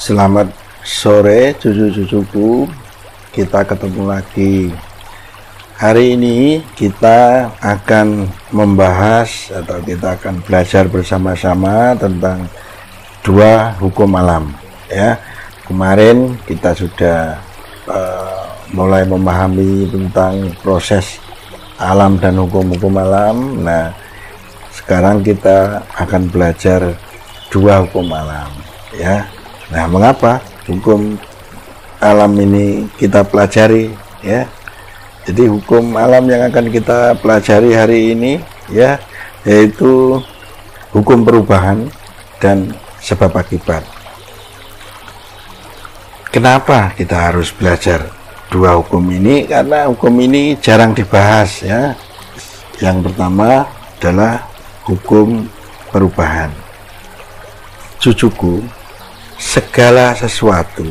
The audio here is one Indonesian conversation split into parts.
Selamat sore cucu-cucuku, kita ketemu lagi. Hari ini kita akan membahas atau kita akan belajar bersama-sama tentang dua hukum alam. Ya, kemarin kita sudah mulai memahami tentang proses alam dan hukum-hukum alam. Nah, sekarang kita akan belajar dua hukum alam. Ya. Nah, mengapa hukum alam ini kita pelajari, ya? Jadi hukum alam yang akan kita pelajari hari ini, ya, yaitu hukum perubahan dan sebab akibat. Kenapa kita harus belajar dua hukum ini? Karena hukum ini jarang dibahas, ya. Yang pertama adalah hukum perubahan. Cucuku, segala sesuatu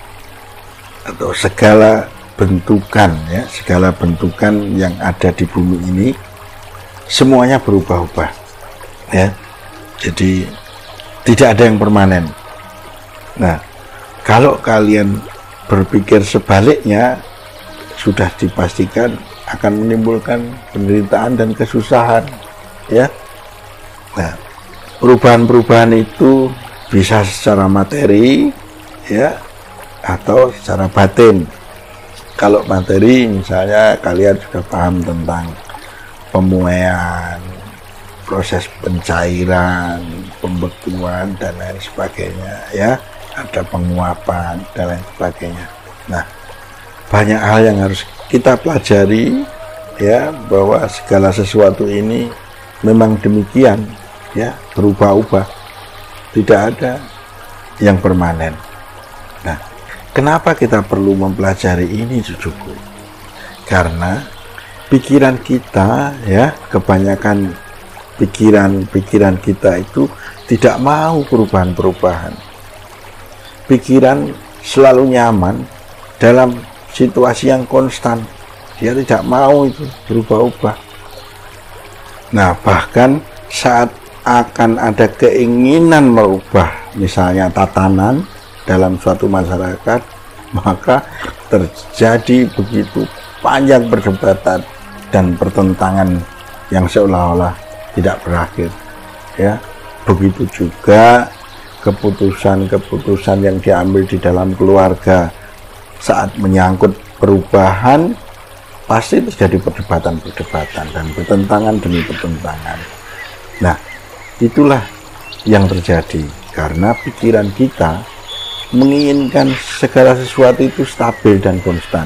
atau segala bentukan, ya, segala bentukan yang ada di bumi ini semuanya berubah-ubah, ya. Jadi tidak ada yang permanen. Nah, kalau kalian berpikir sebaliknya, sudah dipastikan akan menimbulkan penderitaan dan kesusahan, ya. Nah, perubahan-perubahan itu bisa secara materi, ya, atau secara batin. Kalau materi, misalnya kalian sudah paham tentang pemuaian, proses pencairan, pembekuan, dan lain sebagainya, ya, ada penguapan dan lain sebagainya. Nah, banyak hal yang harus kita pelajari, ya, bahwa segala sesuatu ini memang demikian, ya, berubah-ubah. Tidak ada yang permanen. Nah, kenapa kita perlu mempelajari ini, cucuku? Karena pikiran kita, ya, kebanyakan pikiran kita itu tidak mau perubahan-perubahan. Pikiran selalu nyaman dalam situasi yang konstan. Dia tidak mau itu berubah-ubah. Nah, bahkan saat akan ada keinginan merubah misalnya tatanan dalam suatu masyarakat, maka terjadi begitu panjang perdebatan dan pertentangan yang seolah-olah tidak berakhir, ya. Begitu juga keputusan-keputusan yang diambil di dalam keluarga saat menyangkut perubahan, pasti terjadi perdebatan-perdebatan dan pertentangan demi pertentangan. Nah, itulah yang terjadi karena pikiran kita menginginkan segala sesuatu itu stabil dan konstan.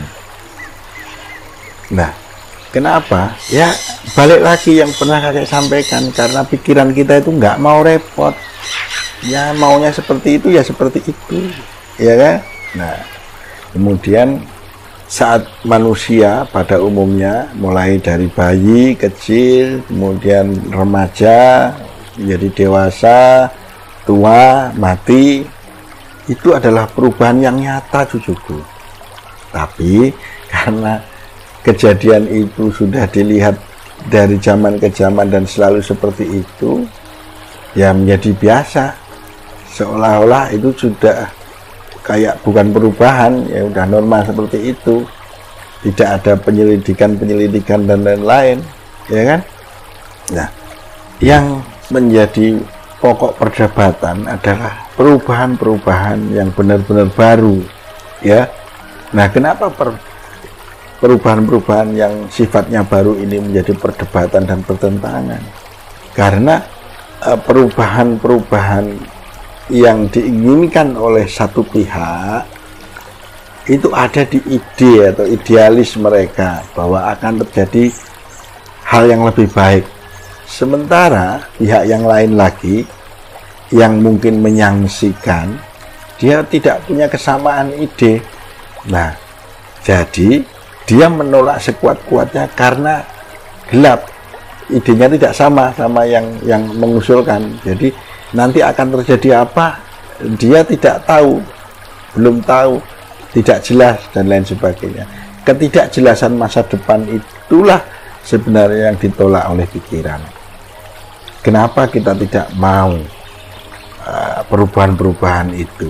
Nah, kenapa? Ya, balik lagi yang pernah kakek sampaikan, karena pikiran kita itu nggak mau repot. Ya, maunya seperti itu, ya seperti itu, ya kan? Nah, kemudian saat manusia pada umumnya mulai dari bayi kecil, kemudian remaja, menjadi dewasa, tua, mati, itu adalah perubahan yang nyata, cucuku. Tapi karena kejadian itu sudah dilihat dari zaman ke zaman dan selalu seperti itu, ya menjadi biasa. Seolah-olah itu sudah kayak bukan perubahan, ya udah normal seperti itu. Tidak ada penyelidikan dan lain-lain, ya kan? Nah, yang menjadi pokok perdebatan adalah perubahan-perubahan yang benar-benar baru, ya. Nah, kenapa perubahan-perubahan yang sifatnya baru ini menjadi perdebatan dan pertentangan? Karena perubahan-perubahan yang diinginkan oleh satu pihak itu ada di ide atau idealis mereka bahwa akan terjadi hal yang lebih baik. Sementara pihak yang lain lagi yang mungkin menyangsikan, dia tidak punya kesamaan ide. Nah, jadi dia menolak sekuat-kuatnya karena gelap. Idenya tidak sama yang mengusulkan. Jadi nanti akan terjadi apa? Dia tidak tahu, belum tahu, tidak jelas dan lain sebagainya. Ketidakjelasan masa depan itulah sebenarnya yang ditolak oleh pikiran. Kenapa kita tidak mau perubahan-perubahan itu?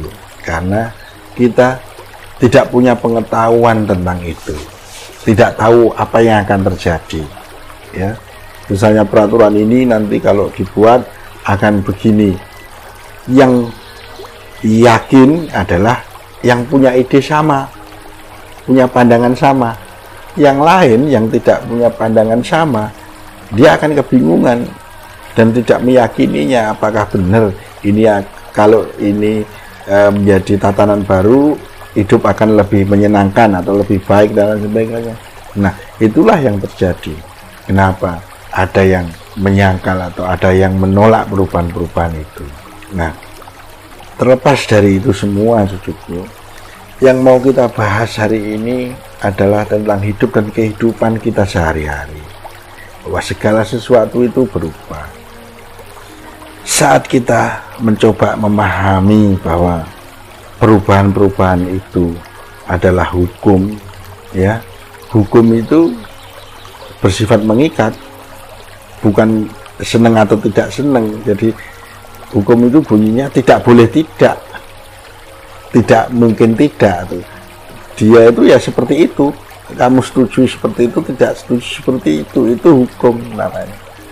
karena kita tidak punya pengetahuan tentang itu, tidak tahu apa yang akan terjadi. Ya, misalnya peraturan ini nanti kalau dibuat akan begini. Yang yakin adalah yang punya ide sama, punya pandangan sama. Yang lain yang tidak punya pandangan sama, dia akan kebingungan dan tidak meyakininya apakah benar ini kalau ini menjadi tatanan baru, hidup akan lebih menyenangkan atau lebih baik dan lain sebagainya. Nah, itulah yang terjadi. Kenapa? Ada yang menyangkal atau ada yang menolak perubahan-perubahan itu. Nah, terlepas dari itu semua, cucuku, yang mau kita bahas hari ini adalah tentang hidup dan kehidupan kita sehari-hari. Bahwa segala sesuatu itu berubah. Saat kita mencoba memahami bahwa perubahan-perubahan itu adalah hukum, ya, hukum itu bersifat mengikat, bukan senang atau tidak senang. Jadi hukum itu bunyinya tidak boleh tidak mungkin tidak. Dia itu ya seperti itu. Kamu setuju seperti itu, tidak setuju seperti itu hukum namanya.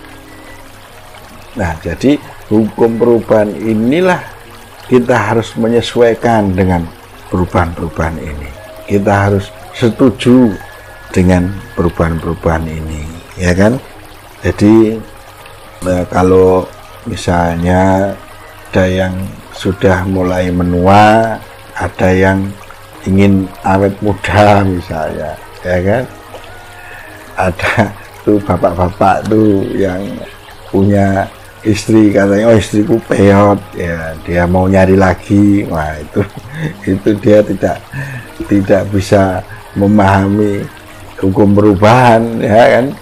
Nah, jadi hukum perubahan inilah kita harus menyesuaikan dengan perubahan-perubahan ini. Kita harus setuju dengan perubahan-perubahan ini, ya kan? Jadi kalau misalnya ada yang sudah mulai menua, ada yang ingin awet muda misalnya, ya kan? Ada tuh bapak-bapak tuh yang punya istri, katanya oh istriku peot, ya dia mau nyari lagi. Wah, itu dia tidak bisa memahami hukum perubahan, ya kan?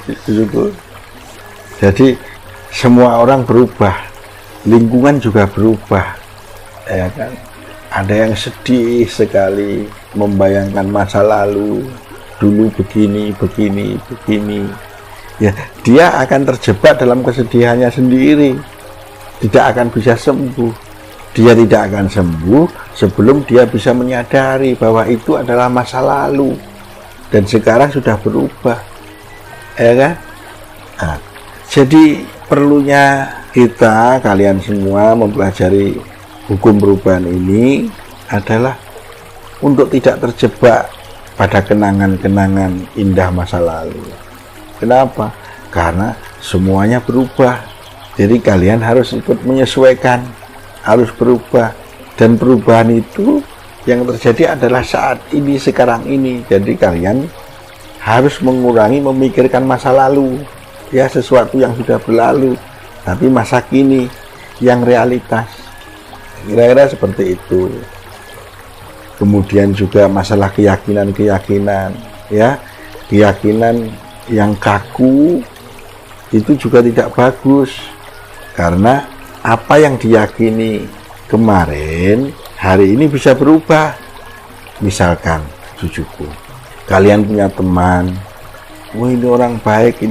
Jadi semua orang berubah, lingkungan juga berubah, ya kan? Ada yang sedih sekali membayangkan masa lalu, dulu begini, ya dia akan terjebak dalam kesedihannya sendiri, tidak akan bisa sembuh. Dia tidak akan sembuh sebelum dia bisa menyadari bahwa itu adalah masa lalu dan sekarang sudah berubah, ya kan? Nah, jadi perlunya kita, kalian semua mempelajari hukum perubahan ini adalah untuk tidak terjebak pada kenangan-kenangan indah masa lalu. Kenapa? Karena semuanya berubah. Jadi kalian harus ikut menyesuaikan, harus berubah. Dan perubahan itu yang terjadi adalah saat ini, sekarang ini. Jadi kalian harus mengurangi memikirkan masa lalu, ya, sesuatu yang sudah berlalu, tapi masa kini yang realitas. Kira-kira seperti itu. Kemudian juga masalah keyakinan-keyakinan, ya, keyakinan yang kaku itu juga tidak bagus, karena apa yang diyakini kemarin hari ini bisa berubah. Misalkan, cucuku, kalian punya teman, wah ini orang baik,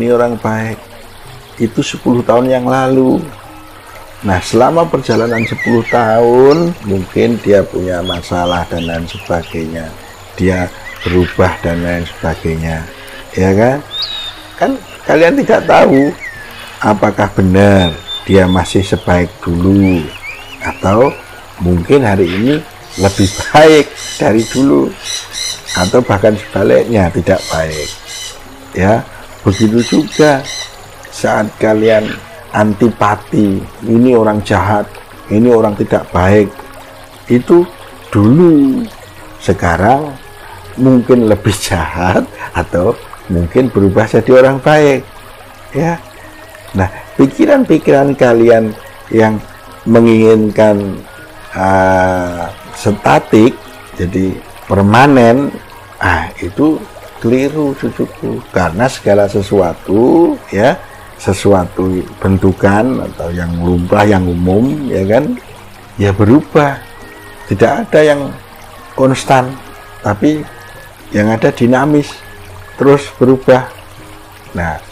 itu 10 tahun yang lalu. Nah, selama perjalanan 10 tahun, mungkin dia punya masalah dan lain sebagainya. Dia berubah dan lain sebagainya. Ya kan? Kan kalian tidak tahu apakah benar dia masih sebaik dulu, atau mungkin hari ini lebih baik dari dulu, atau bahkan sebaliknya tidak baik. Ya, begitu juga saat kalian antipati, ini orang jahat, ini orang tidak baik, itu dulu, sekarang mungkin lebih jahat atau mungkin berubah jadi orang baik, ya. Nah, pikiran-pikiran kalian yang menginginkan statik, jadi permanen, itu keliru, cucuku, karena segala sesuatu, ya, sesuatu bentukan atau yang lumrah, yang umum, ya kan, ya berubah. Tidak ada yang konstan, tapi yang ada dinamis, terus berubah. Nah,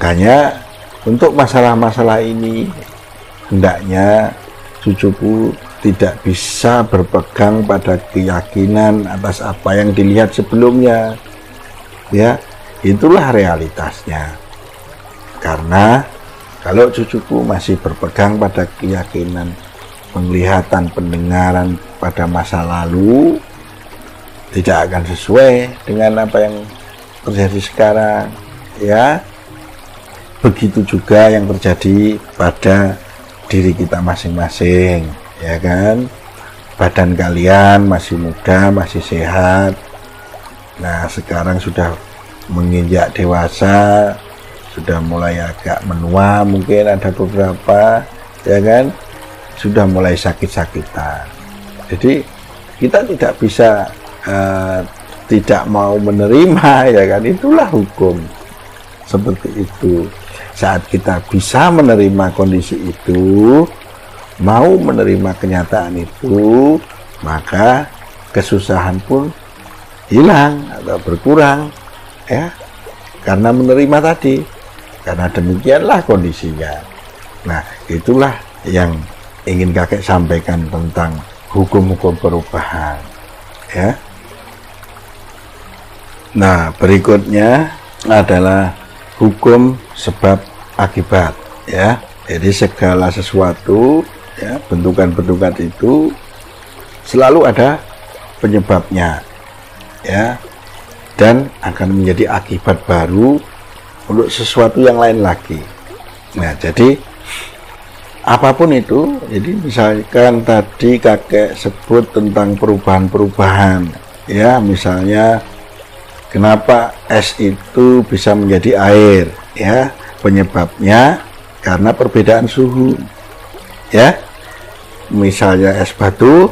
makanya untuk masalah-masalah ini hendaknya cucuku tidak bisa berpegang pada keyakinan atas apa yang dilihat sebelumnya. Ya, itulah realitasnya. Karena kalau cucuku masih berpegang pada keyakinan, penglihatan, pendengaran pada masa lalu, tidak akan sesuai dengan apa yang terjadi sekarang. Ya, begitu juga yang terjadi pada diri kita masing-masing, ya kan? Badan kalian masih muda, masih sehat. Nah, sekarang sudah menginjak dewasa, sudah mulai agak menua, mungkin ada beberapa, ya kan, sudah mulai sakit-sakitan. Jadi kita tidak bisa tidak mau menerima, ya kan, itulah hukum seperti itu. Saat kita bisa menerima kondisi itu, mau menerima kenyataan itu, maka kesusahan pun hilang atau berkurang, ya, karena menerima tadi. Karena demikianlah kondisinya. Nah, itulah yang ingin kakek sampaikan tentang hukum-hukum perubahan, ya. Nah, berikutnya adalah hukum sebab akibat, ya. Jadi segala sesuatu, ya, bentukan-bentukan itu selalu ada penyebabnya, ya, dan akan menjadi akibat baru untuk sesuatu yang lain lagi. Nah, jadi apapun itu, jadi misalkan tadi kakek sebut tentang perubahan-perubahan, ya, misalnya kenapa es itu bisa menjadi air, ya, penyebabnya karena perbedaan suhu, ya. Misalnya es batu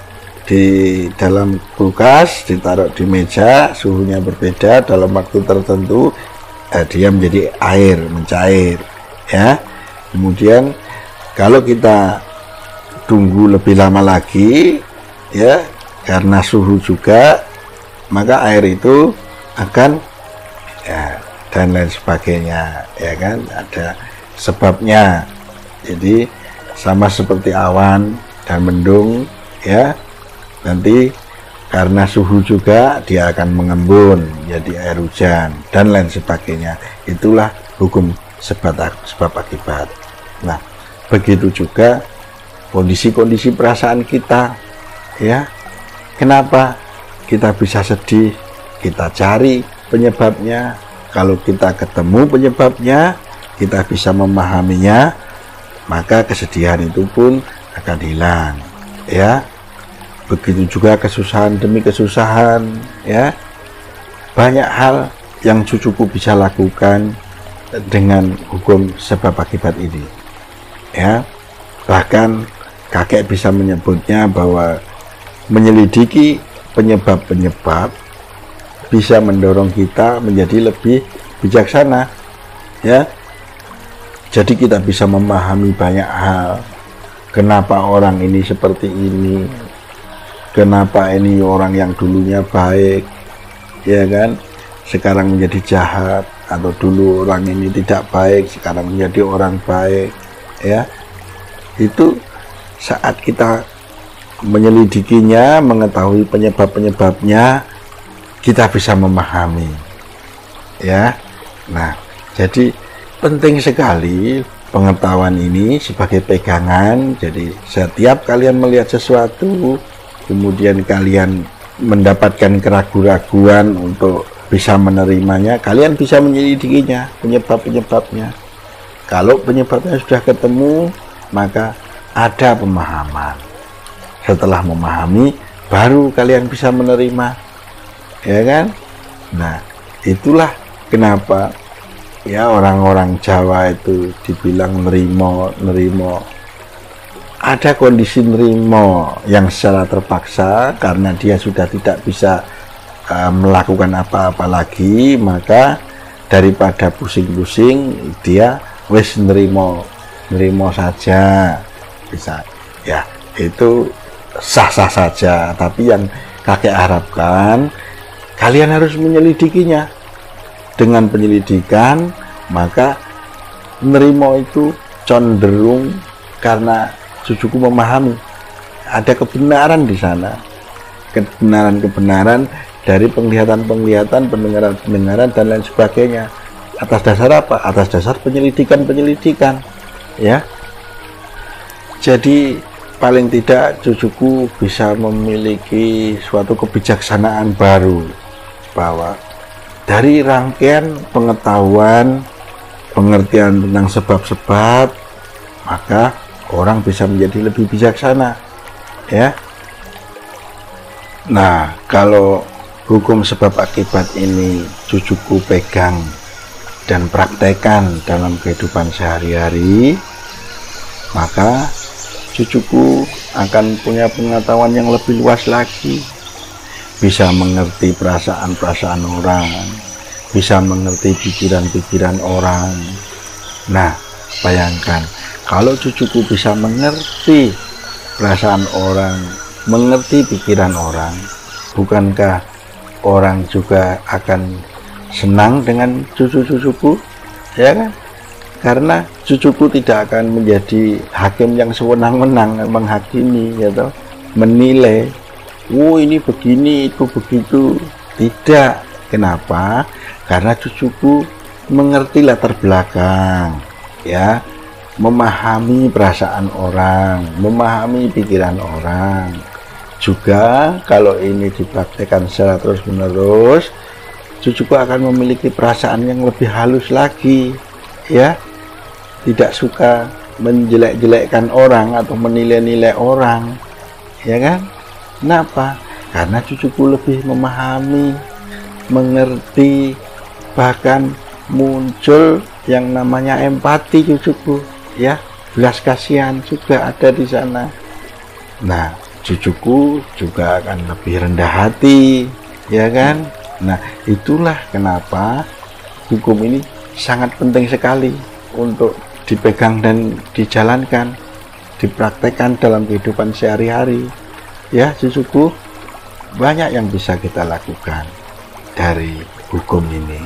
di dalam kulkas ditaruh di meja, suhunya berbeda, dalam waktu tertentu dia menjadi air, mencair, ya. Kemudian kalau kita tunggu lebih lama lagi, ya, karena suhu juga, maka air itu akan, ya, dan lain sebagainya, ya kan, ada sebabnya. Jadi sama seperti awan dan mendung, ya, nanti karena suhu juga dia akan mengembun jadi air hujan dan lain sebagainya. Itulah hukum sebab akibat. Nah, begitu juga kondisi-kondisi perasaan kita, ya. Kenapa kita bisa sedih? Kita cari penyebabnya. Kalau kita ketemu penyebabnya, kita bisa memahaminya, maka kesedihan itu pun akan hilang, ya. Begitu juga kesusahan demi kesusahan, ya. Banyak hal yang cucuku bisa lakukan dengan hukum sebab akibat ini, ya. Bahkan kakek bisa menyebutnya bahwa menyelidiki penyebab-penyebab bisa mendorong kita menjadi lebih bijaksana, ya. Jadi kita bisa memahami banyak hal. Kenapa orang ini seperti ini? Kenapa ini orang yang dulunya baik, ya kan, sekarang menjadi jahat, atau dulu orang ini tidak baik, sekarang menjadi orang baik, ya. Itu saat kita menyelidikinya, mengetahui penyebab-penyebabnya, kita bisa memahami, ya. Nah, jadi penting sekali pengetahuan ini sebagai pegangan. Jadi setiap kalian melihat sesuatu, kemudian kalian mendapatkan keraguan-raguan untuk bisa menerimanya, kalian bisa menyelidikinya, penyebab-penyebabnya. Kalau penyebabnya sudah ketemu, maka ada pemahaman. Setelah memahami, baru kalian bisa menerima, ya kan? Nah, itulah kenapa, ya, orang-orang Jawa itu dibilang nerimo. Ada kondisi nerimo yang secara terpaksa karena dia sudah tidak bisa melakukan apa-apa lagi, maka daripada pusing-pusing dia wis nerimo saja, bisa, ya, itu sah-sah saja. Tapi yang kakek harapkan, kalian harus menyelidikinya. Dengan penyelidikan, maka nerimo itu cenderung karena cucuku memahami, ada kebenaran di sana, kebenaran-kebenaran dari penglihatan-penglihatan, pendengaran-pendengaran dan lain sebagainya. Atas dasar apa? Atas dasar penyelidikan-penyelidikan, ya. Jadi paling tidak cucuku bisa memiliki suatu kebijaksanaan baru, bahwa dari rangkaian pengetahuan, pengertian tentang sebab-sebab, maka orang bisa menjadi lebih bijaksana, ya. Nah, kalau hukum sebab akibat ini cucuku pegang dan praktekkan dalam kehidupan sehari-hari, maka cucuku akan punya pengetahuan yang lebih luas lagi, bisa mengerti perasaan-perasaan orang, bisa mengerti pikiran-pikiran orang. Nah, bayangkan kalau cucuku bisa mengerti perasaan orang, mengerti pikiran orang, bukankah orang juga akan senang dengan cucu-cucuku, ya kan? Karena cucuku tidak akan menjadi hakim yang sewenang-wenang menghakimi, ya toh, menilai, oh ini begini, itu begitu. Tidak. Kenapa? Karena cucuku mengerti latar belakang, ya, memahami perasaan orang, memahami pikiran orang. Juga kalau ini dipraktekkan secara terus-menerus, cucuku akan memiliki perasaan yang lebih halus lagi, ya. Tidak suka menjelek-jelekkan orang atau menilai-nilai orang, ya kan? Kenapa? Karena cucuku lebih memahami, mengerti, bahkan muncul yang namanya empati cucuku, ya. Belas kasihan juga ada di sana. Nah, cucuku juga akan lebih rendah hati, ya kan? Nah, itulah kenapa hukum ini sangat penting sekali untuk dipegang dan dijalankan, dipraktekkan dalam kehidupan sehari-hari. Ya, cucuku, banyak yang bisa kita lakukan dari hukum ini.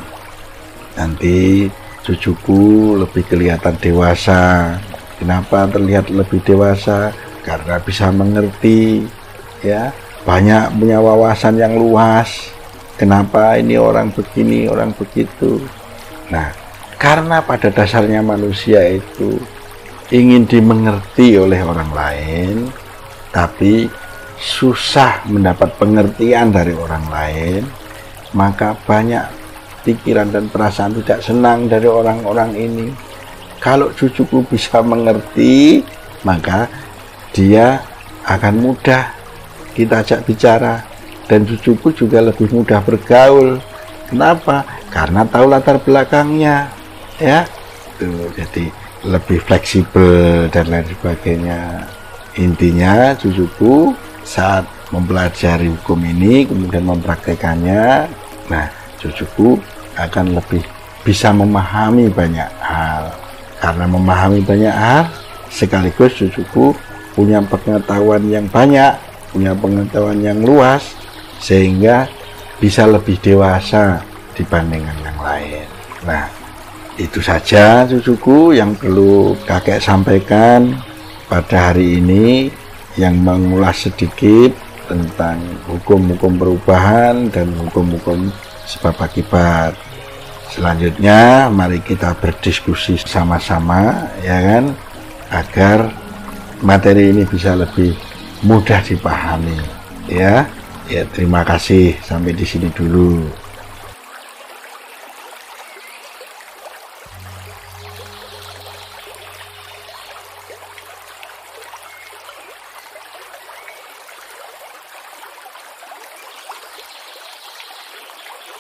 Nanti cucuku lebih kelihatan dewasa. Kenapa terlihat lebih dewasa? Karena bisa mengerti, ya, banyak punya wawasan yang luas. Kenapa ini orang begini, orang begitu. Nah, karena pada dasarnya manusia itu ingin dimengerti oleh orang lain, tapi susah mendapat pengertian dari orang lain, maka banyak pikiran dan perasaan tidak senang dari orang-orang ini. Kalau cucuku bisa mengerti, maka dia akan mudah kita ajak bicara, dan cucuku juga lebih mudah bergaul. Kenapa? Karena tahu latar belakangnya, ya. Tuh, jadi lebih fleksibel dan lain sebagainya. Intinya cucuku saat mempelajari hukum ini kemudian mempraktekannya, nah, cucuku akan lebih bisa memahami banyak hal. Karena memahami banyak hal, sekaligus cucuku punya pengetahuan yang banyak, punya pengetahuan yang luas, sehingga bisa lebih dewasa dibandingkan yang lain. Nah, itu saja cucuku yang perlu kakek sampaikan pada hari ini, yang mengulas sedikit tentang hukum-hukum perubahan dan hukum-hukum sebab akibat. Selanjutnya mari kita berdiskusi sama-sama, ya kan, agar materi ini bisa lebih mudah dipahami, ya. Ya, terima kasih, sampai di sini dulu.